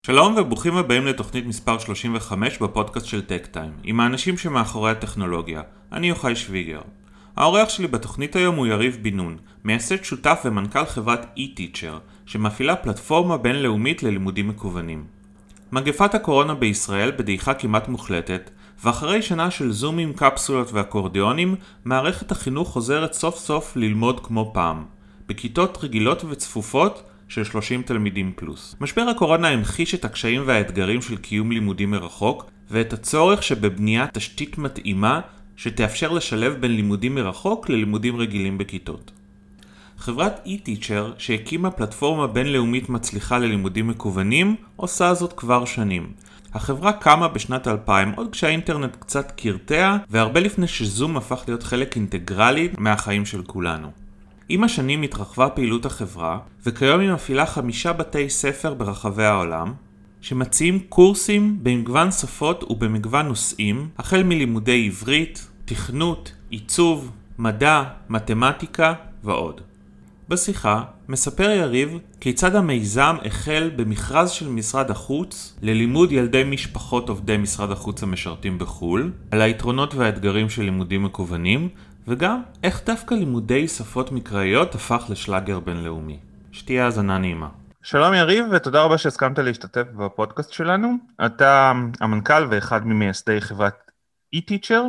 שלום וברוכים הבאים לתוכנית מספר 35 בפודקאסט של טק טיים, עם האנשים שמאחורי הטכנולוגיה. אני יוחאי שוויגר. האורח שלי בתוכנית היום הוא יריב בן נון, מייסד שותף ומנכ"ל חברת eTeacher, שמפעילה פלטפורמה בינלאומית ללימודים מקוונים. מגפת הקורונה בישראל בדעיכה כמעט מוחלטת, ואחרי שנה של זומים, קפסולות ואקורדיונים, מערכת החינוך חוזרת סוף סוף ללמוד כמו פעם, בכיתות רגילות וצפופות, של 30 תלמידים פלוס. משבר הקורונה המחיש את הקשיים והאתגרים של קיום לימודים מרחוק, ואת הצורך שבבניית תשתית מתאימה שתאפשר לשלב בין לימודים מרחוק ללימודים רגילים בכיתות. חברת eTeacher, שהקימה פלטפורמה בינלאומית מצליחה ללימודים מקוונים, עושה זאת כבר שנים. החברה קמה בשנת 2000, עוד כשהאינטרנט קצת קרטע, והרבה לפני שזום הפך להיות חלק אינטגרלי מהחיים של כולנו. עם השנים התרחבה פעילות החברה, וכיום היא מפעילה 5 בתי ספר ברחבי העולם, שמציעים קורסים במגוון שפות ובמגוון נושאים, החל מלימודי עברית, תכנות, עיצוב, מדע, מתמטיקה ועוד. בשיחה מספר יריב כיצד המיזם החל במכרז של משרד החוץ ללימוד ילדי משפחות עובדי משרד החוץ המשרתים בחו"ל, על היתרונות והאתגרים של לימודים מקוונים, וגם איך דווקא לימודי שפות מקראיות הפך לשלאגר בינלאומי. שתהיה האזנה נעימה. שלום יריב, ותודה רבה שהסכמת להשתתף בפודקאסט שלנו. אתה המנכ"ל ואחד ממייסדי חברת eTeacher,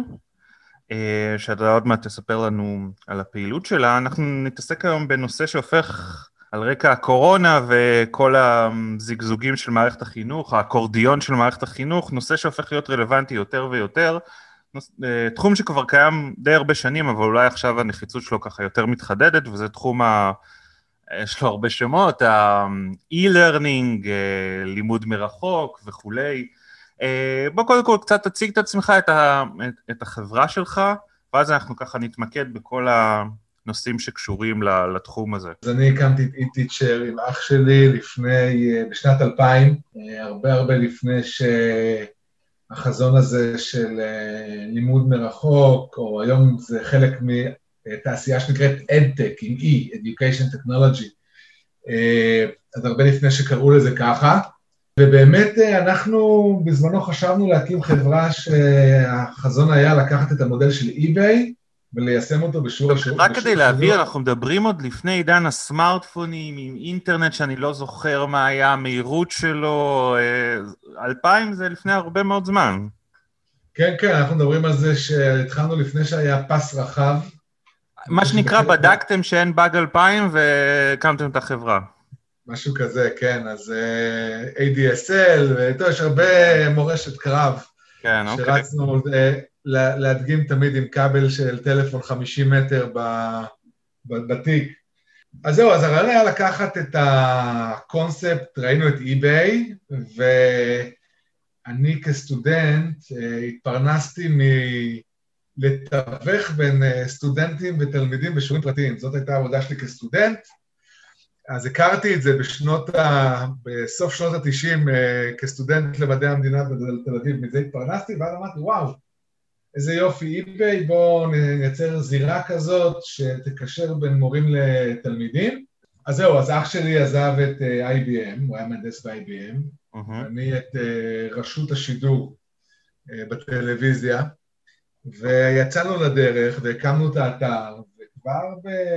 שאתה עוד מעט תספר לנו על הפעילות שלה. אנחנו נתעסק היום בנושא שהופך על רקע הקורונה וכל הזיגזוגים של מערכת החינוך, האקורדיון של מערכת החינוך, נושא שהופך להיות רלוונטי יותר ויותר, תחום שכבר קיים די הרבה שנים, אבל אולי עכשיו הנחיצות שלו ככה יותר מתחדדת, וזה תחום, יש לו הרבה שמות, ה-e-learning, לימוד מרחוק וכולי. בוא קודם כל קצת תציג את עצמך, את החברה שלך, ואז אנחנו ככה נתמקד בכל הנושאים שקשורים לתחום הזה. אז אני הקמתי את eTeacher עם אח שלי בשנת 2000, הרבה לפני החזון הזה של לימוד מרחוק, או היום זה חלק מתעשייה שנקראת EdTech, עם E, Education Technology, אז הרבה לפני שקראו לזה ככה, ובאמת אנחנו בזמנו חשבנו להקים חברה שהחזון היה לקחת את המודל של eBay, וליישם אותו בשיעור השיעור. רק כדי להביא, אנחנו מדברים עוד לפני עידן הסמארטפונים, עם אינטרנט שאני לא זוכר מה היה המהירות שלו, 2000 זה לפני הרבה מאוד זמן. כן, אנחנו מדברים על זה שהתחלנו לפני שהיה פס רחב. מה שנקרא, בדקתם שאין באג 2000 והקמתם את החברה. משהו כזה, כן, אז ADSL, ויש הרבה מורשת קרב. כן, אוקיי. שרצנו להדגים תמיד עם כבל של טלפון 50 מטר בתיק. אז זהו, אז הרעיון היה לקחת את הקונספט, ראינו את eBay, ואני כסטודנט התפרנסתי לתווך בין סטודנטים ותלמידים בשיעורים פרטיים. זאת הייתה העבודה שלי כסטודנט. אז הכרתי את זה בסוף שנות ה-90 כסטודנט למדעי המדינה בתל אביב, מזה התפרנסתי, ואז אמרתי, וואו, איזה יופי, eBay, בואו נייצר זירה כזאת שתקשר בין מורים לתלמידים. אז זהו, אז אח שלי עזב את IBM, הוא היה מהנדס ב-IBM, אני את רשות השידור בטלוויזיה, ויצאנו לדרך והקמנו את האתר, וכבר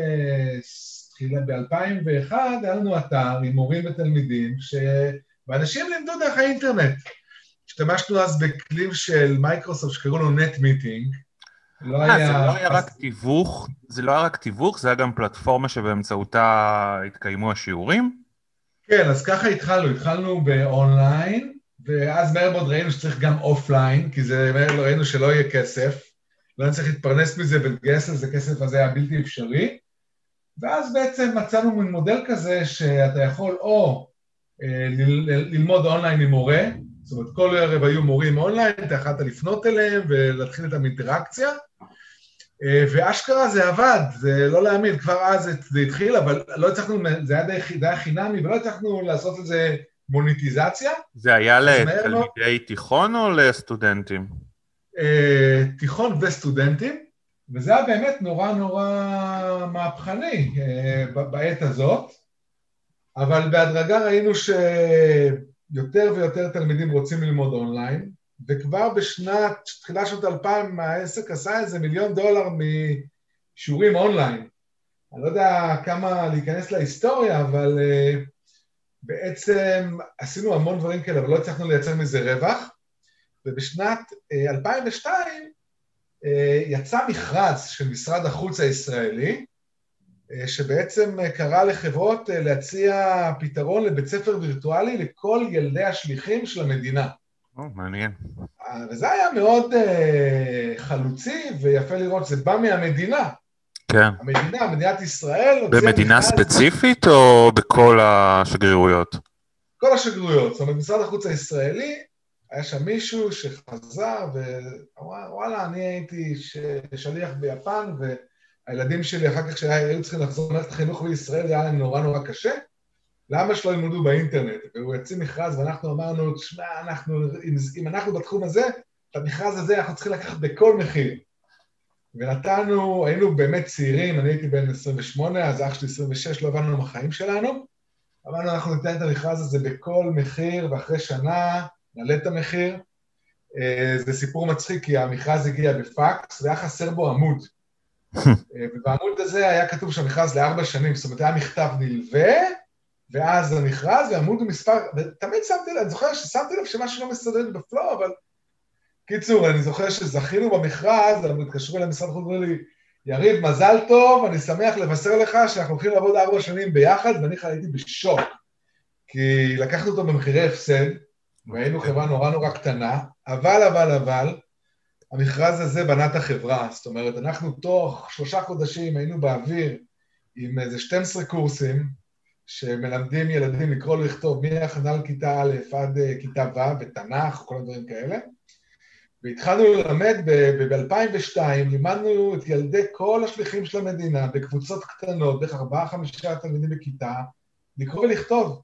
ב-2001 היה לנו אתר עם מורים ותלמידים, ואנשים לימדו דרך האינטרנט. השתמשנו אז בכלים של מייקרוסופט שקראו לו נט מיטינג. זה לא היה רק תיווך, זה היה גם פלטפורמה שבאמצעותה התקיימו השיעורים? כן, אז ככה התחלנו באונליין, ואז מהר מאוד ראינו שצריך גם אופליין, כי ראינו שלא יהיה כסף, לא נצטרך להתפרנס מזה ולגייס לזה כסף, אז זה היה בלתי אפשרי. ואז בעצם מצאנו מין מודל כזה שאתה יכול או ללמוד אונליין עם מורה, זאת אומרת כל ערב היו מורים אונליין, אתה יכולת לפנות אליהם ולהתחיל איתם אינטראקציה, ואשכרה זה עבד, זה לא להאמין, כבר אז זה התחיל, אבל לא הצלחנו, זה היה חינמי, ולא הצלחנו לעשות את זה מוניטיזציה. זה היה לתלמידי תיכון או לסטודנטים? תיכון וסטודנטים. וזה היה באמת נורא מהפכני בעת הזאת, אבל בהדרגה ראינו יותר ויותר תלמידים רוצים ללמוד אונליין, וכבר תחילת שנות 2000, העסק עשה איזה $1,000,000 משיעורים אונליין. אני לא יודע כמה להיכנס להיסטוריה, אבל בעצם עשינו המון דברים כאלה, אבל לא הצלחנו לייצר מזה רווח, ובשנת 2002 יצא מכרז של משרד החוץ הישראלי, שבעצם קרא לחברות להציע פתרון לבית ספר וירטואלי לכל ילדי השליחים של המדינה. מעניין. וזה היה מאוד חלוצי, ויפה לראות שזה בא מהמדינה. כן. המדינה, מדינת ישראל. במדינה ספציפית או בכל השגרירויות? כל השגרירויות. זאת אומרת, משרד החוץ הישראלי, היה שם מישהו שחזר ואמר, וואלה, אני הייתי שליח ביפן, והילדים שלי אחר כך שהיו צריכים לחזור למערכת החינוך בישראל, היה להם נורא נורא קשה. למה שלא ילמדו באינטרנט? והוא יצא מכרז, ואנחנו אמרנו, תשמע, אם אנחנו בתחום הזה, את המכרז הזה אנחנו צריכים לקחת בכל מחיר. ונתנו, היינו באמת צעירים, אני הייתי בן 28, אז אח שלי 26, לא הבנו מהחיים שלנו, אמרנו, אנחנו ניתן את המכרז הזה בכל מחיר, ואחרי שנה נעלה את המחיר. זה סיפור מצחיק, כי המכרז הגיע בפקס, והיה חסר בו עמוד. ובעמוד הזה היה כתוב שהמכרז ל4 שנים, זאת אומרת, היה מכתב נלווה, ואז המכרז, ועמוד ומספר, ותמיד אני זוכר ששמתי לב שמשהו לא מסתדר בפלואו, אבל קיצור, אני זוכר שזכינו במכרז, אנחנו התקשרו למשרד החוץ, אמרו לי, יריב, מזל טוב, אני שמח לבשר לך שאנחנו הולכים לעבוד 4 שנים ביחד, ואני הייתי בשוק, כי לקחנו אותו במחירי הפסד, והיינו חברה נורא נורא קטנה, אבל, המכרז הזה בנה את החברה, זאת אומרת, אנחנו תוך 3 חודשים היינו באוויר עם איזה 12 קורסים, שמלמדים ילדים לקרוא ולכתוב מהכנה לכיתה א' עד כיתה ו' ותנ"ך, כל הדברים כאלה, והתחלנו ללמד ב-2002, לימדנו את ילדי כל השליחים של המדינה, בקבוצות קטנות, בערך 4-5 תלמידים בכיתה, לקרוא ולכתוב.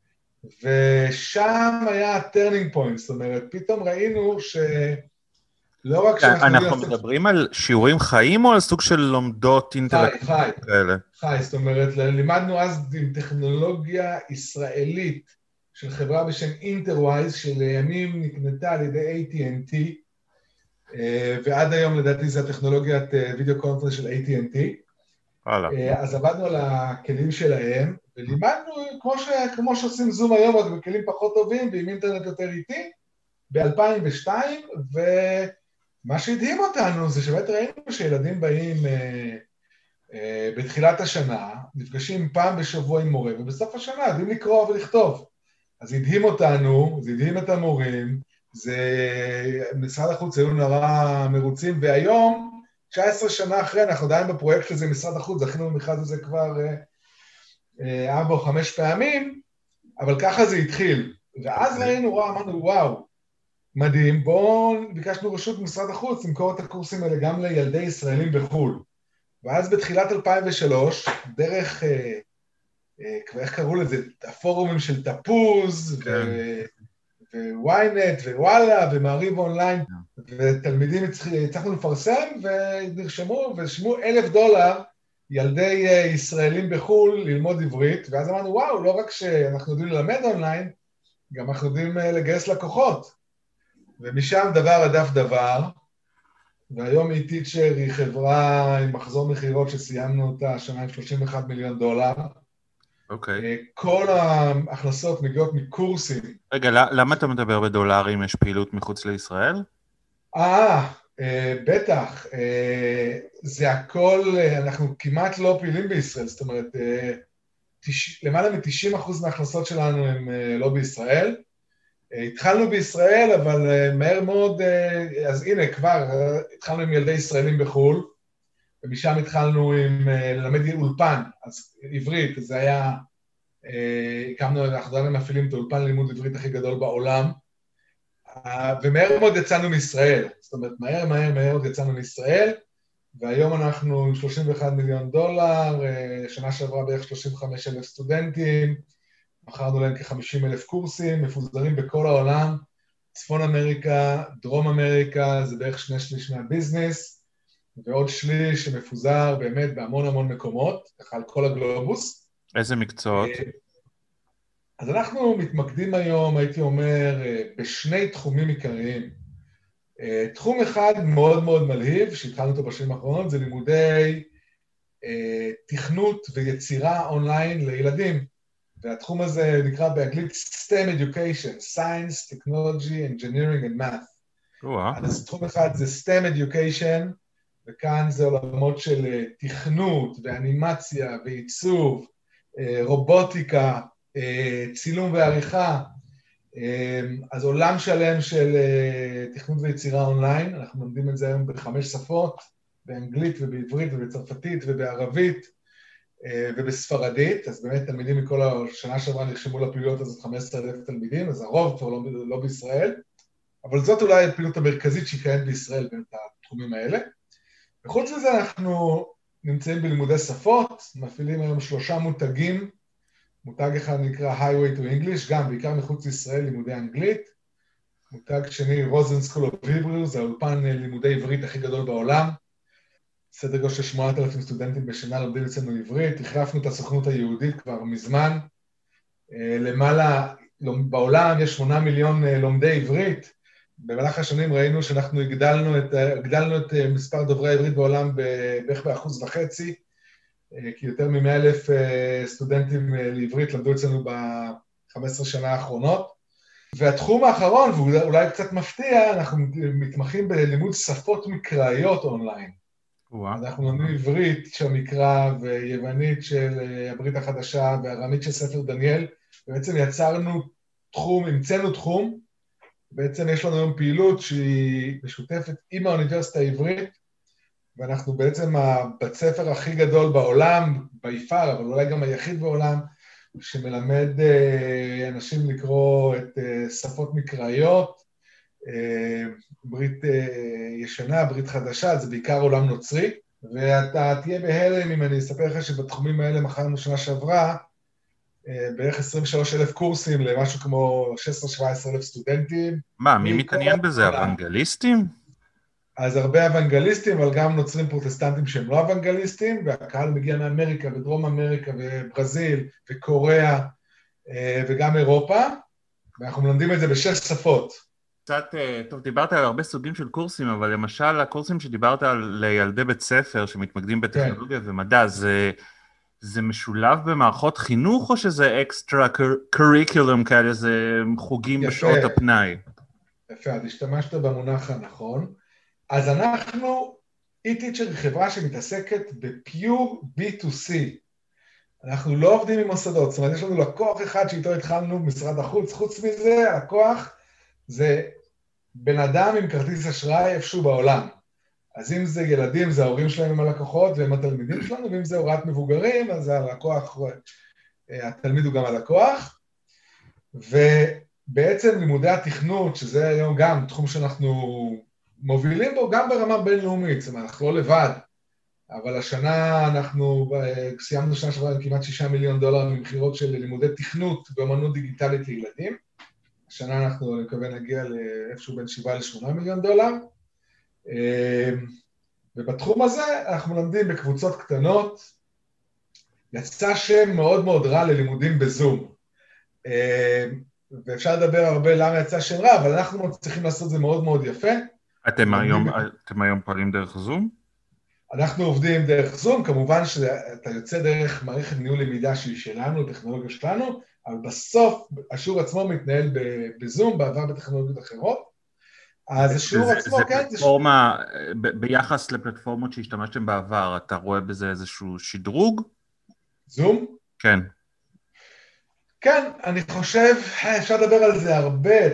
ושם היה ה-turning point, זאת אומרת, פתאום ראינו שלא רק שאנחנו... אנחנו מדברים על שיעורים חיים או על סוג של לומדות אינטראקטיביות כאלה? חי, זאת אומרת, לימדנו אז עם טכנולוגיה ישראלית של חברה בשם אינטרווייז, שלימים נקנתה על ידי AT&T, ועד היום לדעתי זה הטכנולוגיית וידאו קונפרנס של AT&T. אז עבדנו על הכלים שלהם, ולימדנו כמו שעושים זום היום, רק בכלים פחות טובים ועם אינטרנט יותר איטי, ב-2002, ומה שהדהים אותנו זה שבאמת ראינו שילדים באים בתחילת השנה, נפגשים פעם בשבוע עם מורה, ובסוף השנה יודעים לקרוא ולכתוב. אז הדהים אותנו, זה הדהים את המורים, משרד החוץ היו נורא מרוצים, והיום, 19 שנה אחרי, אנחנו עדיין בפרויקט הזה, משרד החוץ, זכינו במכרז הזה כבר 4 או 5 פעמים, אבל ככה זה התחיל. ואז ראינו, אמרנו, וואו, מדהים, ביקשנו רשות משרד החוץ, למכור את הקורסים האלה גם לילדי ישראלים בחו"ל. ואז בתחילת 2003, דרך, איך קראו לזה, הפורומים של תפוז, וויינט, ווואלה, ומעריב אונליין, ותלמידים הצלחנו לפרסם, ונרשמו, ושמו $1,000 ילדי ישראלים בחו"ל ללמוד עברית, ואז אמרנו, וואו, לא רק שאנחנו יודעים ללמד אונליין, גם אנחנו יודעים לגייס לקוחות. ומשם דבר הדף דבר, והיום E-Teacher היא חברה עם מחזור מחירות שסיימנו אותה השנה עם $31 מיליון. אוקיי. כל ההכנסות מגיעות מקורסים. רגע, למה אתה מדבר בדולרים? יש פעילות מחוץ לישראל? בטח. זה הכל, אנחנו כמעט לא פעילים בישראל, זאת אומרת, למעלה מ-90% מההכנסות שלנו הם לא בישראל. התחלנו בישראל, אבל מהר מאוד, אז הנה כבר, התחלנו עם ילדי ישראלים בחו"ל, ומשם התחלנו ללמד אולפן, אז עברית, זה היה, אנחנו דברים מפעילים את האולפן ללימוד עברית הכי גדול בעולם, ומהר מאוד יצאנו מישראל, זאת אומרת, מהר מאוד יצאנו מישראל, והיום אנחנו עם $31 מיליון, שנה שעברה בערך 35,000 סטודנטים, מכרנו להם כ-50,000 קורסים, מפוזרים בכל העולם, צפון אמריקה, דרום אמריקה, זה בערך 2/3 מהביזנס, ועוד שליש שמפוזר באמת בהמון מקומות, ככה על כל הגלובוס. איזה מקצועות? אז אנחנו מתמקדים היום, הייתי אומר, בשני תחומים עיקריים. תחום אחד מאוד מאוד מלהיב, שהתחלנו אותו בשנים האחרונות, זה לימודי תכנות ויצירה אונליין לילדים. והתחום הזה נקרא באנגלית STEM Education, Science, Technology, Engineering and Math. אז תחום אחד זה STEM Education, וכאן זה עולמות של תכנות ואנימציה ועיצוב, רובוטיקה, צילום ועריכה, אז עולם שלם של תכנות ויצירה אונליין, אנחנו לומדים את זה היום ב5 שפות, באנגלית ובעברית ובצרפתית ובערבית ובספרדית, אז באמת תלמידים מכל השנה שעברה נרשמו לפעילויות הזאת 15,000 תלמידים, אז הרוב כבר לא בישראל, אבל זאת אולי הפעילות המרכזית שהיא קיימת בישראל בין התחומים האלה. וחוץ מזה אנחנו נמצאים בלימודי שפות, מפעילים היום 3 מותגים, מותג אחד נקרא Highway to English, גם בעיקר מחוץ לישראל לימודי אנגלית, מותג שני Rosen School of Hebrew, זה האולפן לימודי עברית הכי גדול בעולם, סדר גודל של 8,000 סטודנטים בשנה לומדים אצלנו עברית, החלפנו את הסוכנות היהודית כבר מזמן, למעלה, בעולם יש 8 מיליון לומדי עברית, במהלך השנים ראינו שאנחנו הגדלנו את מספר דוברי העברית בעולם בערך ב1.5%, כי יותר מ100,000 סטודנטים לעברית למדו אצלנו ב15 שנה האחרונות. והתחום האחרון, ואולי קצת מפתיע, אנחנו מתמחים בלימוד שפות מקראיות אונליין. אז אנחנו לומדים עברית של המקרא ויוונית של הברית החדשה וארמית של ספר דניאל, ובעצם המצאנו תחום, בעצם יש לנו היום פעילות שהיא משותפת עם האוניברסיטה העברית, ואנחנו בעצם הבית ספר הכי גדול בעולם, ביפר, אבל אולי גם היחיד בעולם, שמלמד אנשים לקרוא את שפות מקראיות, ברית ישנה, ברית חדשה, זה בעיקר עולם נוצרי, ואתה תהיה בהלם אם אני אספר לך שבתחומים האלה מכרנו שנה שעברה, בערך 23,000 קורסים למשהו כמו 16,000-17,000 סטודנטים. מה, מי מתעניין בזה? אוונגליסטים? אז הרבה אוונגליסטים, אבל גם נוצרים פרוטסטנטים שהם לא אוונגליסטים, והקהל מגיע מאמריקה ודרום אמריקה וברזיל וקוריאה וגם אירופה, ואנחנו מלמדים את זה ב6 שפות. טוב, דיברת על הרבה סוגים של קורסים, אבל למשל הקורסים שדיברת על ילדי בית ספר שמתמקדים בטכנולוגיה ומדע, זה משולב במערכות חינוך או שזה אקסטרה קוריקולום כאלה, זה חוגים בשעות הפנאי? יפה, אז השתמשת במונח הנכון. אז אנחנו, e-teacher היא חברה שמתעסקת בפיור B2C. אנחנו לא עובדים עם מוסדות, זאת אומרת, יש לנו לקוח אחד שאיתו התחלנו משרד החוץ, חוץ מזה, הלקוח זה בן אדם עם כרטיס אשראי איפשהו בעולם. אז אם זה ילדים, זה ההורים שלהם עם הלקוחות והם התלמידים שלנו, ואם זה הוראת מבוגרים, אז הלקוח, התלמיד הוא גם הלקוח. ובעצם לימודי התכנות, שזה היום גם תחום שאנחנו מובילים בו, גם ברמה בינלאומית, זאת אומרת, אנחנו לא לבד, אבל השנה אנחנו סיימנו שנה שעברה עם כמעט $6 מיליון ממחירות של לימודי תכנות ואמנות דיגיטלית לילדים. השנה אנחנו, אני מקווה, נגיע לאיפשהו בין $7 מיליון. ובתחום הזה אנחנו מלמדים בקבוצות קטנות, יצא שם מאוד מאוד רע ללימודים בזום, ואפשר לדבר הרבה למה יצא שם רע, אבל אנחנו צריכים לעשות את זה מאוד מאוד יפה. אתם היום פועלים דרך זום? אנחנו עובדים דרך זום, כמובן שאתה יוצא דרך מערכת ניהול למידה שהיא שלנו, טכנולוגיה שלנו, אבל בסוף השיעור עצמו מתנהל בזום, בעבר בטכנולוגיות אחרות. אז השיעור עצמו, כן, זה פלטפורמה, ביחס לפלטפורמות שהשתמשתם בעבר, אתה רואה בזה איזשהו שדרוג? זום? כן. כן, אני חושב, אפשר לדבר על זה הרבה,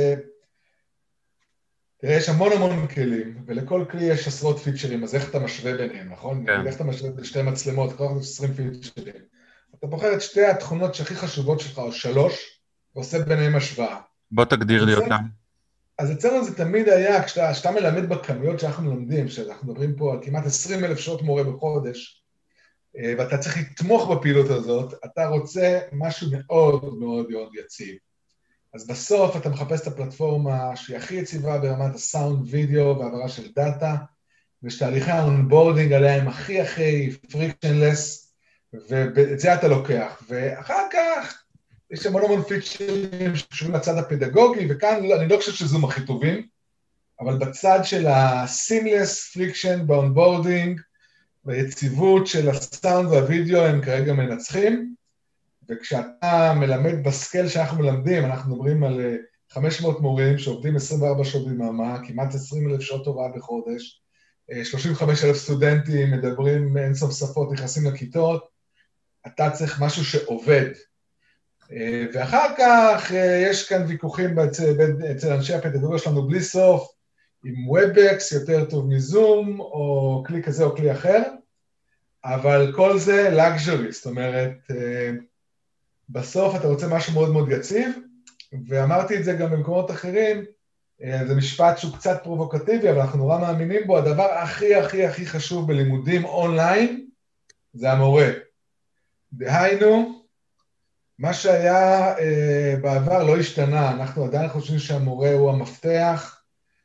תראה, יש המון כלים, ולכל כלי יש עשרות פיצ'רים, אז איך אתה משווה ביניהם, נכון? כן. איך אתה משווה בין 2 מצלמות, כל כך 20 פיצ'רים. אתה בוחר את 2 התכונות שהכי חשובות שלך, או 3, ועושה ביניהם השוואה. בוא תגדיר לי אותם. אז אצלנו זה תמיד היה, כשאתה מלמד בכמויות שאנחנו מלמדים, שאנחנו מדברים פה על כמעט 20,000 שעות מורה בחודש, ואתה צריך לתמוך בפעילות הזאת, אתה רוצה משהו מאוד מאוד מאוד יציב. אז בסוף אתה מחפש את הפלטפורמה שהיא הכי יציבה ברמת הסאונד, וידאו והעברה של דאטה, ושתהליכי האונבורדינג עליה הם הכי frictionless, ואת זה אתה לוקח. ואחר כך יש המון פיצ'רים שקשורים לצד הפדגוגי, וכאן אני לא חושב שזום הכי טובים, אבל בצד של ה-seamless friction באונבורדינג, והיציבות של הסאונד והווידאו הם כרגע מנצחים, וכשאתה מלמד בסקל שאנחנו מלמדים, אנחנו מדברים על 500 מורים שעובדים 24 שעות ביממה, כמעט 20,000 שעות הוראה בחודש, 35,000 סטודנטים מדברים אינסוף שפות, נכנסים לכיתות, אתה צריך משהו שעובד. ואחר כך יש כאן ויכוחים אצל אנשי הפדגוגיה שלנו בלי סוף, עם וובקס יותר טוב מזום, או כלי כזה או כלי אחר, אבל כל זה luxury, זאת אומרת, בסוף אתה רוצה משהו מאוד מאוד יציב, ואמרתי את זה גם במקומות אחרים, זה משפט שהוא קצת פרובוקטיבי, אבל אנחנו נורא מאמינים בו, הדבר הכי הכי הכי חשוב בלימודים אונליין, זה המורה. דהיינו, מה שהיה בעבר לא השתנה, אנחנו עדיין חושבים שהמורה הוא המפתח,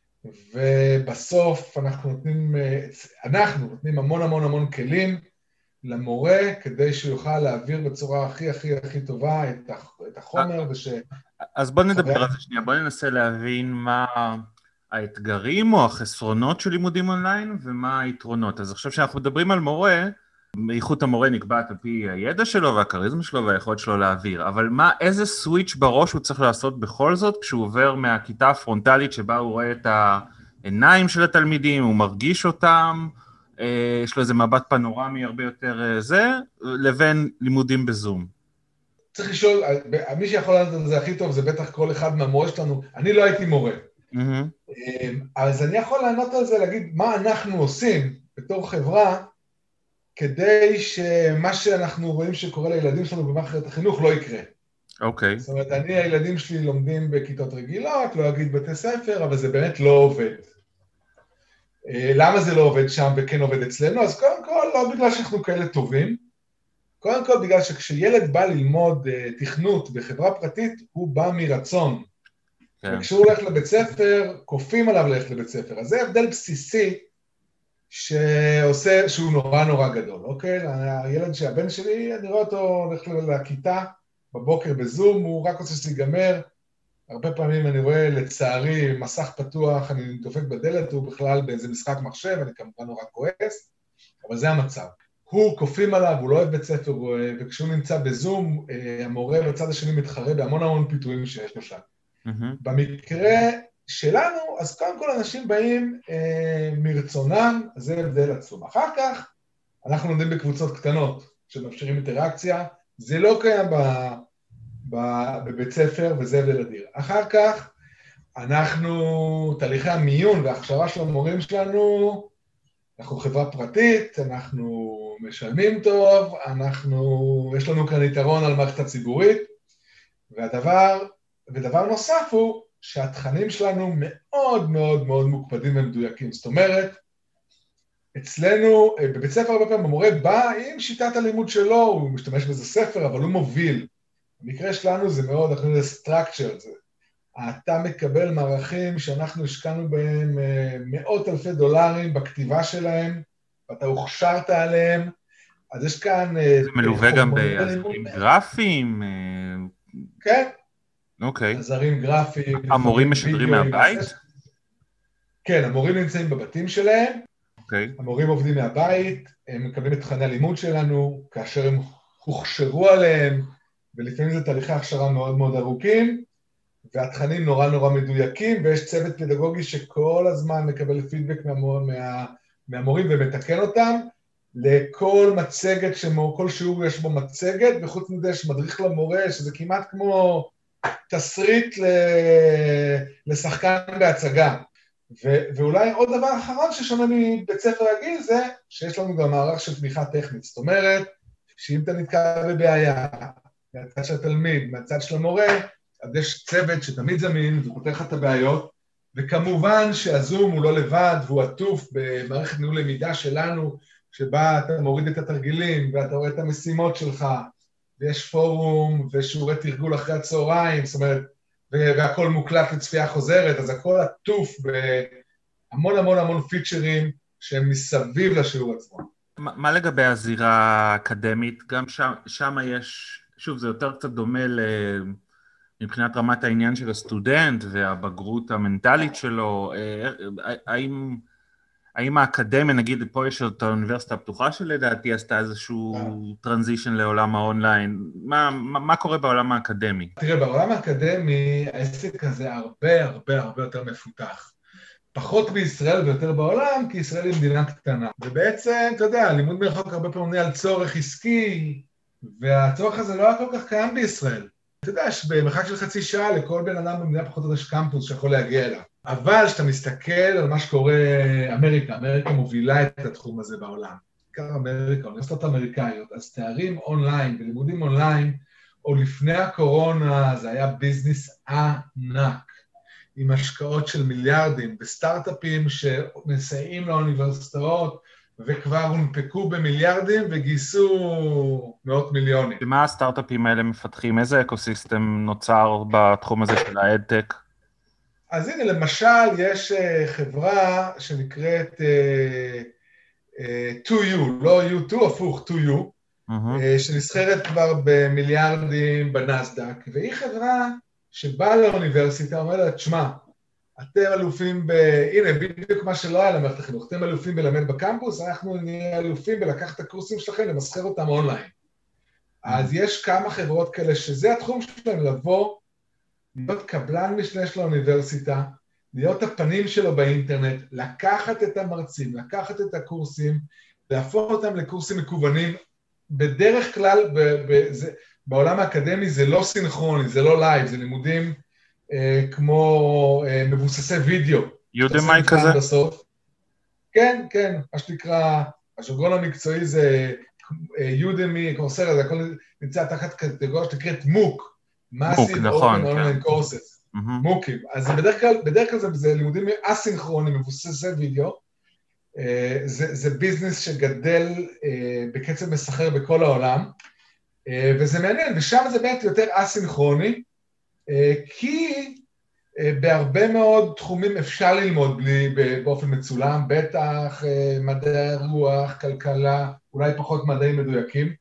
ובסוף אנחנו נותנים המון המון המון כלים למורה, כדי שהוא יוכל להעביר בצורה הכי הכי הכי טובה את החומר, אז בוא נדבר על זה שנייה, בוא ננסה להבין מה האתגרים או החסרונות של לימודים אונליין, ומה היתרונות. אז עכשיו שאנחנו מדברים על מורה, איכות המורה נקבעת על פי הידע שלו והכריזמה שלו והיכולת שלו להעביר, אבל איזה סוויץ' בראש הוא צריך לעשות בכל זאת, כשהוא עובר מהכיתה הפרונטלית שבה הוא רואה את העיניים של התלמידים, הוא מרגיש אותם, יש לו איזה מבט פנורמי הרבה יותר לבין לימודים בזום. צריך לשאול, מי שיכול לענות על זה הכי טוב, זה בטח כל אחד מהמורה שלנו, אני לא הייתי מורה. אז אני יכול לענות על זה, להגיד מה אנחנו עושים בתור חברה, כדי שמה שאנחנו רואים שקורה לילדים שלנו במערכת החינוך לא יקרה. אוקיי. זאת אומרת, הילדים שלי לומדים בכיתות רגילות, לא אגיד בתי ספר, אבל זה באמת לא עובד. למה זה לא עובד שם וכן עובד אצלנו? אז קודם כל, לא בגלל שאנחנו כאלה טובים, קודם כל בגלל שכשילד בא ללמוד תכנות בחברה פרטית, הוא בא מרצון. כן. וכשהוא הולך לבית ספר, כופים עליו ללכת לבית ספר. אז זה הבדל בסיסי, שהוא נורא נורא גדול, אוקיי? הילד שהבן שלי, אני רואה אותו הולך לכיתה בבוקר בזום, הוא רק רוצה שזה ייגמר, הרבה פעמים אני רואה לצערי מסך פתוח, אני דופק בדלת, הוא בכלל באיזה משחק מחשב, אני כמובן נורא כועס, אבל זה המצב. הוא כופים עליו, הוא לא אוהב בית ספר, וכשהוא נמצא בזום, המורה בצד השני מתחרה בהמון המון פיתויים שיש לו שם. במקרה שלנו, אז קודם כל אנשים באים מרצונם, זה הבדל עצום. אחר כך, אנחנו לומדים בקבוצות קטנות, שמאפשרים אינטראקציה, זה לא קיים בבית ספר, וזה הבדל אדיר. אחר כך, תהליכי המיון וההכשרה של המורים שלנו, אנחנו חברה פרטית, אנחנו משלמים טוב, יש לנו כאן יתרון על מערכת הציבורית, ודבר נוסף הוא, שהתכנים שלנו מאוד מאוד מאוד מוקפדים ומדויקים. זאת אומרת, אצלנו, בבית ספר הרבה פעמים המורה בא עם שיטת הלימוד שלו, הוא משתמש בזה ספר, אבל הוא מוביל. במקרה שלנו זה מאוד, אנחנו יודעים, זה structure, אתה מקבל מערכים שאנחנו השקענו בהם מאות אלפי דולרים בכתיבה שלהם, ואתה הוכשרת עליהם, אז יש כאן... זה מלווה גם בעזרים גרפיים? כן. אוקיי. עזרים גרפיים. המורים משדרים מהבית? כן, המורים נמצאים בבתים שלהם. אוקיי. המורים עובדים מהבית, הם מקבלים את תכני הלימוד שלנו, כאשר הם הוכשרו עליהם, ולפעמים זה תהליכי הכשרה מאוד מאוד ארוכים, והתכנים נורא נורא מדויקים, ויש צוות פדגוגי שכל הזמן מקבל פידבק מהמורים ומתקן אותם, לכל מצגת, כל שיעור יש בו מצגת, וחוץ מזה יש מדריך למורה, שזה כמעט כמו תסריט לשחקן בהצגה. ואולי עוד דבר אחרון ששונה מבית ספר רגיל זה, שיש לנו גם מערך של תמיכה טכנית, זאת אומרת, שאם אתה נתקע בבעיה, מהצד של התלמיד, מהצד של המורה, אז יש צוות שתמיד זמין ופותח את הבעיות, וכמובן שהזום הוא לא לבד, והוא עטוף במערכת ניהול למידה שלנו, שבה אתה מוריד את התרגילים, ואתה רואה את המשימות שלך, ויש פורום, ושיעורי תרגול אחרי הצהריים, זאת אומרת, והכל מוקלט לצפייה חוזרת, אז הכל עטוף בהמון המון המון פיצ'רים, שהם מסביב לשיעור עצמו. מה לגבי הזירה האקדמית? גם שם יש שוב, זה יותר קצת דומה מבחינת רמת העניין של הסטודנט והבגרות המנטלית שלו. האם האקדמיה, נגיד, פה יש את האוניברסיטה הפתוחה שלדעתי עשתה איזשהו טרנזישן לעולם האונליין, מה קורה בעולם האקדמי? תראה, בעולם האקדמי העסק הזה הרבה יותר מפותח. פחות בישראל ויותר בעולם, כי ישראל היא מדינה קטנה. ובעצם, אתה יודע, לימוד מרחוק הרבה פעמים עונה על צורך עסקי, והצורך הזה לא היה כל כך קיים בישראל. אתה יודע, במרחק של חצי שעה לכל בן אדם במדינה פחות או יותר יש קמפוס שיכול להגיע אליו. אבל כשאתה מסתכל על מה שקורה אמריקה מובילה את התחום הזה בעולם. בעיקר אמריקה, אוניברסיטאות אמריקאיות, אז תארים אונליין ולימודים אונליין, או לפני הקורונה זה היה ביזנס ענק, עם השקעות של מיליארדים, בסטארט-אפים שמסייעים לאוניברסיטאות, וכבר הונפקו במיליארדים וגייסו מאות מיליונים. ומה הסטארט-אפים האלה מפתחים? איזה אקוסיסטם נוצר בתחום הזה של האדטק? אז הנה, למשל, יש חברה שנקראת 2U, לא U2, הפוך, 2U, שנסחרת כבר במיליארדים בנסדק, והיא חברה שבאה לאוניברסיטה, אומרת לה, תשמע, אתם אלופים הנה, בדיוק מה שלא היה למערכת החינוך, אתם אלופים בלמד בקמפוס, אנחנו נהיה אלופים בלקח את הקורסים שלכם, למסחר אותם אונליין. אז יש כמה חברות כאלה שזה התחום שלהם, לבוא, להיות קבלן משנה של האוניברסיטה, להיות הפנים שלו באינטרנט, לקחת את המרצים, לקחת את הקורסים, להפוך אותם לקורסים מקוונים, בדרך כלל, בעולם האקדמי זה לא סינכרוני, זה לא לייב, זה לימודים כמו מבוססי וידאו. יודמי כזה? בסוף. כן, מה שנקרא, השוגרון המקצועי זה יודמי, קורסרה, זה הכל נמצא תחת קטגוריה שנקראת מוק, Massive Open Online Courses, מוקים. אז בדרך כלל זה לימודים אסינכרונים, מבוססי וידאו, זה ביזנס שגדל בקצב מסחר בכל העולם, וזה מעניין, ושם זה באמת יותר אסינכרוני, כי בהרבה מאוד תחומים אפשר ללמוד באופן מצולם, בטח מדעי הרוח, כלכלה, אולי פחות מדעים מדויקים,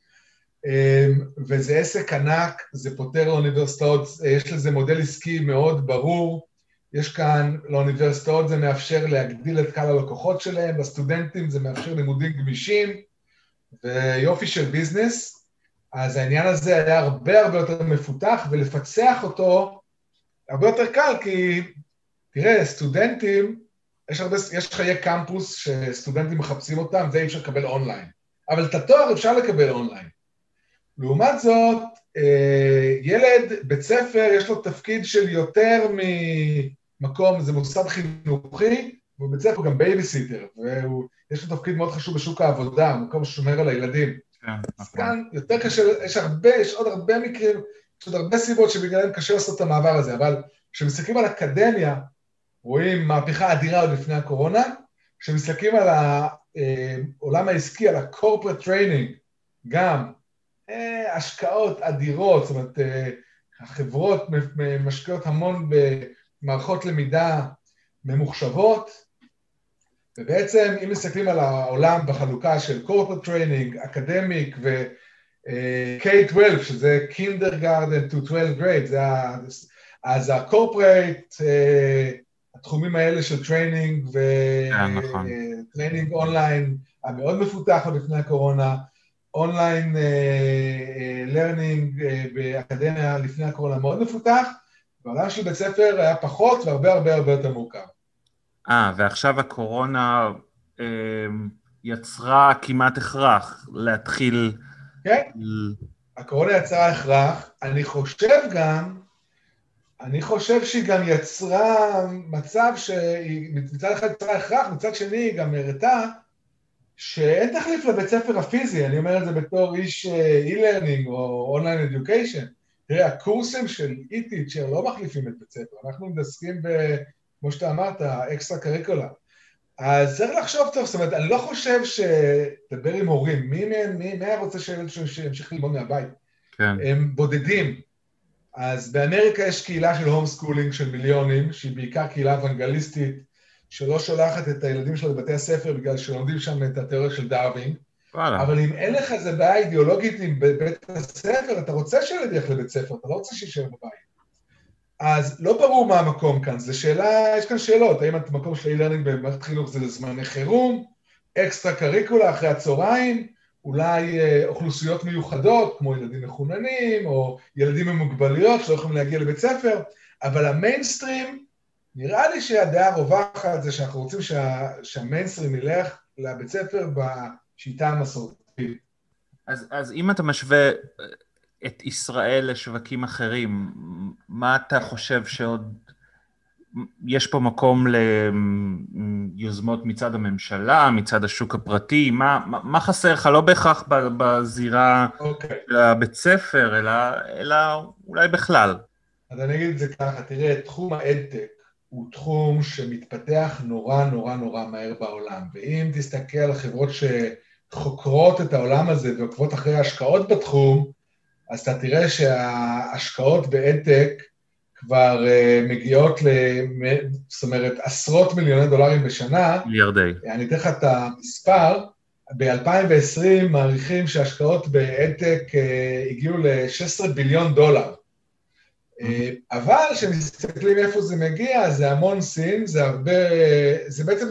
וזה עסק ענק, זה פותר לאוניברסיטאות, יש לזה מודל עסקי מאוד ברור, יש כאן, לאוניברסיטאות זה מאפשר להגדיל את קהל הלקוחות שלהם, לסטודנטים זה מאפשר לימודים גמישים, ויופי של ביזנס, אז העניין הזה היה הרבה יותר מפותח, ולפצח אותו הרבה יותר קל, כי תראה, סטודנטים, יש חיי קמפוס שסטודנטים מחפשים אותם, זה אי אפשר לקבל אונליין, אבל את התואר אפשר לקבל אונליין. לעומת זאת, ילד, בית ספר, יש לו תפקיד של יותר ממקום, זה מוסד חינוכי, ובית ספר הוא גם בייביסיטר, ויש לו תפקיד מאוד חשוב בשוק העבודה, הוא מקום ששומר על הילדים. אז כאן יותר קשה, יש עוד הרבה מקרים, יש עוד הרבה סיבות שבגללם קשה לעשות את המעבר הזה, אבל כשמסתכלים על אקדמיה, רואים מהפכה אדירה עוד לפני הקורונה, כשמסתכלים על העולם העסקי, על ה-corporate training, גם השקעות אדירות, זאת אומרת, החברות משקיעות המון במערכות למידה ממוחשבות, ובעצם אם מסתכלים על העולם בחלוקה של corporate training, אקדמיק ו-K-12, שזה kindergarten to 12 grade, אז ה-corporate, התחומים האלה של training ו-training אונליין, המאוד מפותח עוד לפני הקורונה, אונליין learning באקדמיה לפני הקורונה מאוד מפותח, בעולם של בית ספר היה פחות והרבה יותר מורכב. ועכשיו הקורונה יצרה כמעט הכרח להתחיל... כן, הקורונה יצרה הכרח, אני חושב שהיא גם יצרה מצב מצד אחד יצרה הכרח, מצד שני היא גם הראתה שאין תחליף לבית ספר הפיזי, אני אומר את זה בתור איש e-learning או online education, תראה, הקורסים של e-teacher לא מחליפים את בית ספר, אנחנו מתעסקים כמו שאתה אמרת, אקסטרה קריקולה. אז צריך לחשוב טוב, זאת אומרת, אני לא חושב שתדבר עם הורים, מי היה רוצה שילד שימשיך ללמוד מהבית? כן. הם בודדים. אז באמריקה יש קהילה של הום סקולינג של מיליונים, שהיא בעיקר קהילה אוונגליסטית, שלא שולחת את הילדים שלה לבתי הספר, בגלל שלומדים שם את התיאוריה של דרווין, אבל אם אין לך איזה בעיה אידיאולוגית עם בית הספר, אתה רוצה שילד ילך לבית ספר, אתה לא רוצה שישאר בבית. אז לא ברור מה המקום כאן, זו שאלה, יש כאן שאלות, האם המקום של אי-לרנינג במערכת חינוך זה לזמני חירום, אקסטרה קריקולה אחרי הצהריים, אולי אוכלוסיות מיוחדות, כמו ילדים מחוננים, או ילדים עם מוגבלויות שלא יכולים להגיע לבית ספר, אבל המיינסטרים, נראה לי שהדעה הרווחת זה שאנחנו רוצים שהמיינסטרים ילך לבית ספר בשיטה המסורתית. אז אם אתה משווה את ישראל לשווקים אחרים, מה אתה חושב שעוד יש פה מקום ליוזמות מצד הממשלה, מצד השוק הפרטי? מה חסר לך? לא בהכרח בזירה של הבית ספר, אלא אולי בכלל. אז אני אגיד את זה ככה, תראה, תחום האדטק הוא תחום שמתפתח נורא נורא נורא מהר בעולם, ואם תסתכל על חברות שחוקרות את העולם הזה ועוקבות אחרי ההשקעות בתחום, אז אתה תראה שההשקעות באדטק כבר מגיעות זאת אומרת, עשרות מיליוני דולרים בשנה. מיליארדי. אני אתן לך את המספר, ב-2020 מעריכים שההשקעות באדטק הגיעו ל-16 ביליון דולר. אבל כשמסתכלים איפה זה מגיע, זה המון סין, זה בעצם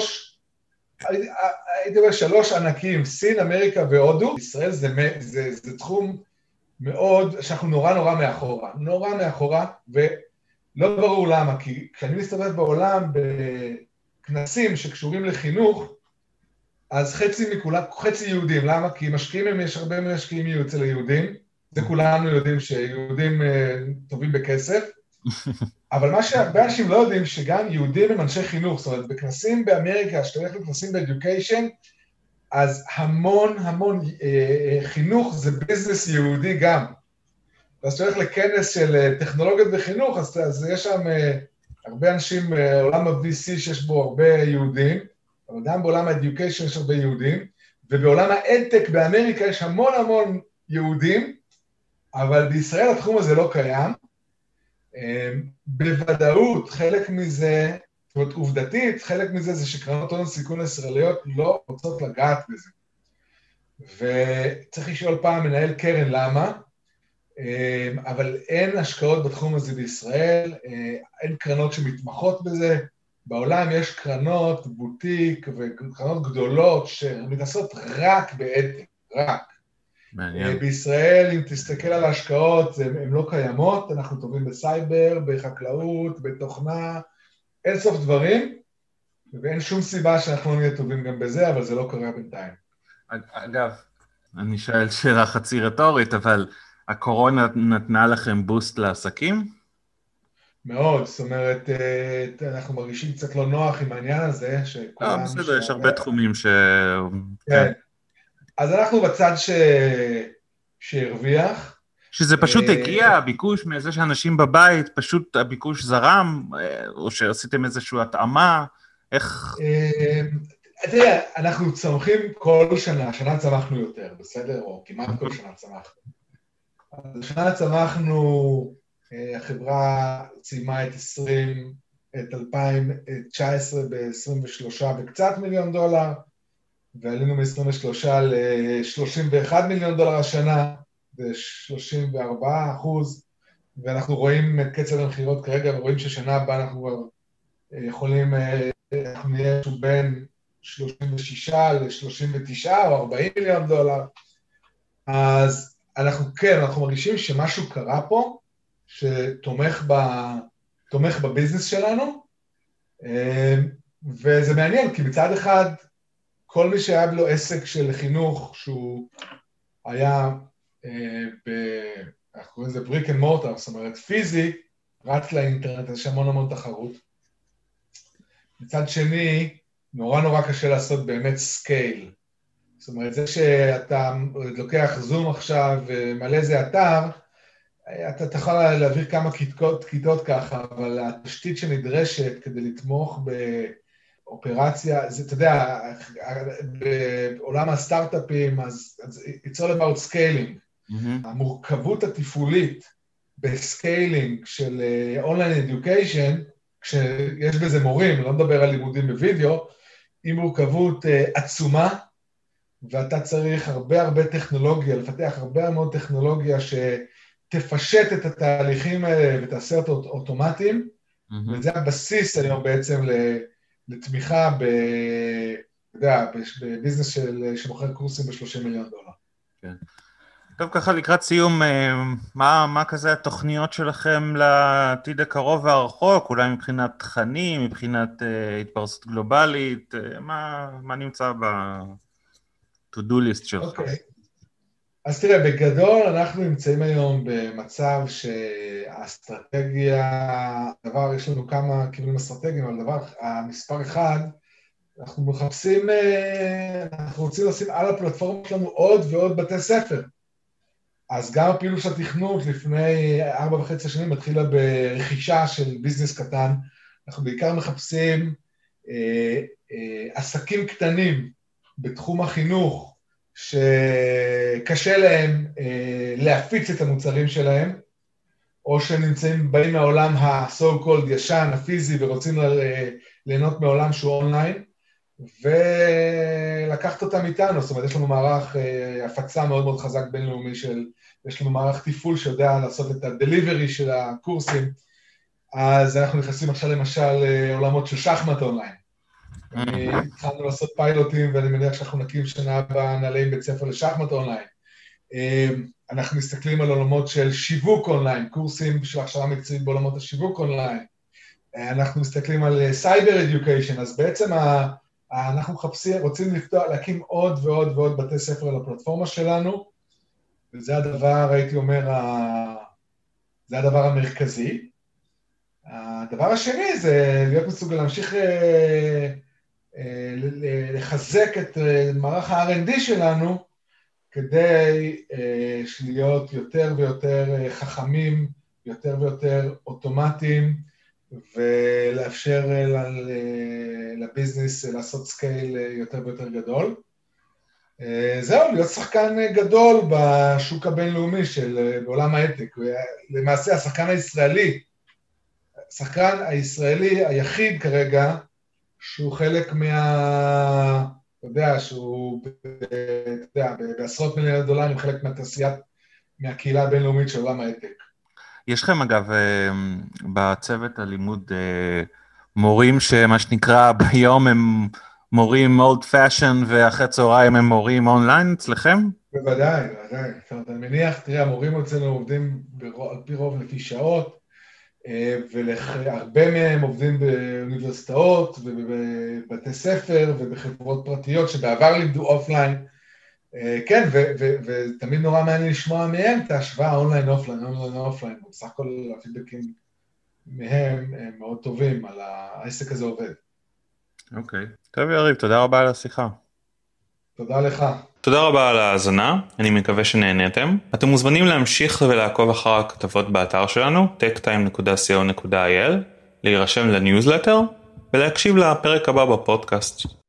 הייתי אומר 3 ענקים, סין, אמריקה והודו. ישראל זה תחום מאוד, שאנחנו נורא נורא מאחורה, ולא ברור למה, כי כשאני מסתובב בעולם בכנסים שקשורים לחינוך, אז חצי יהודים, למה? כי משקיעים, יש הרבה משקיעים אצל היהודים, זה כולנו יודעים שיהודים טובים בכסף, אבל מה שהרבה אנשים לא יודעים, שגם יהודים הם אנשי חינוך, זאת אומרת, בכנסים באמריקה, שאתה הולך לכנסים באדיוקיישן, אז המון חינוך זה ביזנס יהודי גם. אז אתה הולך לכנס של טכנולוגיות וחינוך, אז יש שם הרבה אנשים, עולם ה-VC שיש בו הרבה יהודים, אבל גם בעולם ה-Education יש הרבה יהודים, ובעולם ה-EdTech באמריקה יש המון יהודים, אבל בישראל התחום הזה לא קיים. בוודאות, חלק מזה, זאת אומרת, עובדתית, חלק מזה זה שקרנות הון סיכון ישראליות לא רוצות לגעת בזה. וצריך לשאול פעם מנהל קרן למה, אבל אין השקעות בתחום הזה בישראל, אין קרנות שמתמחות בזה, בעולם יש קרנות בוטיק וקרנות גדולות שמתעסקות רק באדטק, רק. מעניין. בישראל, אם תסתכל על ההשקעות, הן לא קיימות, אנחנו טובים בסייבר, בחקלאות, בתוכנה, אין סוף דברים, ואין שום סיבה שאנחנו לא נהיה טובים גם בזה, אבל זה לא קרה בינתיים. אגב, אני שואל שאלה חצי רטורית, אבל הקורונה נתנה לכם בוסט לעסקים? מאוד, זאת אומרת, אנחנו מרגישים קצת לא נוח עם העניין הזה, שכולם... בסדר, יש הרבה תחומים כן. אז אנחנו בצד שהרוויח. שזה פשוט הגיע, הביקוש מזה שאנשים בבית, פשוט הביקוש זרם, או שעשיתם איזושהי התאמה, איך... תראה, אנחנו צמחים כל שנה, השנה צמחנו יותר, בסדר? או כמעט כל שנה צמחנו. השנה צמחנו, החברה סיימה את 2019 ב-23 וקצת מיליון דולר, ועלינו מ-23 ל-31 מיליון דולר השנה, ב-34%, ואנחנו רואים את קצב המחירות כרגע, ורואים ששנה הבאה אנחנו יכולים, אנחנו נהיה בין 36 ל-39 או 40 מיליון דולר, אז אנחנו מרגישים שמשהו קרה פה, שתומך בביזנס שלנו, וזה מעניין, כי מצד אחד, כל מי שהיה לו עסק של חינוך, שהוא היה, אנחנו קוראים לזה בריק אנד מורטר, זאת אומרת פיזי, רץ לאינטרנט, יש המון תחרות. מצד שני, נורא קשה לעשות באמת סקייל. זאת אומרת, זה שאתה לוקח זום עכשיו ומלא איזה אתר, אתה יכול להעביר כמה כיתות ככה, אבל התשתית שנדרשת כדי לתמוך באופרציה, זה, אתה יודע, בעולם הסטארט-אפים, אז it's all about scaling. המורכבות התפעולית בסקיילינג של אונליין אדיוקיישן, כשיש בזה מורים, לא מדבר על לימודים בווידאו, היא מורכבות עצומה, ואתה צריך הרבה טכנולוגיה, לפתח הרבה מאוד טכנולוגיה שתפשט את התהליכים האלה ותעשה אותו אוטומטיים, וזה הבסיס היום בעצם לתמיכה בביזנס שמוכר קורסים ב$30 מיליון. כן. טוב, ככה לקראת סיום, מה כזה התוכניות שלכם לעתיד הקרוב והרחוק, אולי מבחינת תכנים, מבחינת התפרסות גלובלית, מה נמצא ב-to-do list שלך? אוקיי. אז תראה, בגדול אנחנו נמצאים היום במצב שהאסטרטגיה, יש לנו כמה כיוונים אסטרטגיים, אבל המספר אחד, אנחנו רוצים לשים על הפלטפורמה שלנו עוד ועוד בתי ספר. אז גם הפעילות של התכנות לפני 4.5 שנים התחילה ברכישה של ביזנס קטן. אנחנו בעיקר מחפשים עסקים קטנים בתחום החינוך, שקשה להם להפיץ את המוצרים שלהם, או שנמצאים באים מהעולם ה-so called ישן, הפיזי, ורוצים ליהנות מעולם שהוא אונליין, ולקחת אותם איתנו. זאת אומרת, יש לנו מערך הפצה מאוד מאוד חזק בינלאומי יש לנו מערך טיפול שיודע לעשות את הדליברי של הקורסים, אז אנחנו נכנסים עכשיו למשל עולמות של שחמט אונליין. התחלנו לעשות פיילוטים, ואני מניח שאנחנו נקים שנה הבאה נעלי בית ספר לשחמט אונליין. אנחנו מסתכלים על עולמות של שיווק אונליין, קורסים של הכשרה מקצועית בעולמות השיווק אונליין. אנחנו מסתכלים על סייבר אדיוקיישן, אז בעצם אנחנו רוצים להקים עוד ועוד ועוד בתי ספר על הפלטפורמה שלנו, וזה הדבר, הייתי אומר, זה הדבר המרכזי. הדבר השני זה להיות מסוגל להמשיך לחזק את מערך ה-R&D שלנו, כדי להיות יותר ויותר חכמים, יותר ויותר אוטומטיים, ולאפשר לביזנס לעשות סקייל יותר ויותר גדול. זהו, להיות שחקן גדול בשוק הבינלאומי בעולם ההייטק. למעשה, השחקן הישראלי היחיד כרגע, שהוא חלק אתה יודע, שהוא, בעשרות מיליון דולרים, חלק מהקהילה הבינלאומית של עולם ההייטק. יש לכם אגב בצוות הלימוד מורים שמה שנקרא ביום הם מורים old fashion ואחרי צהריים הם מורים אונליין אצלכם? בוודאי. זאת אומרת, אני מניח, תראה, המורים אצלנו עובדים על פי רוב לפי שעות, והרבה מהם עובדים באוניברסיטאות ובבתי ספר ובחברות פרטיות שבעבר לימדו אופליין. כן, ותמיד נורא מעניין לשמוע מהם את ההשוואה אונליין אופליין. בסך הכל הפידבקים מהם הם מאוד טובים על העסק הזה עובד. אוקיי. טוב יריב, תודה רבה על השיחה. תודה לך. תודה רבה על ההאזנה, אני מקווה שנהנתם. אתם מוזמנים להמשיך ולעקוב אחר הכתבות באתר שלנו, techtime.co.il, להירשם לניוזלטר ולהקשיב לפרק הבא בפודקאסט.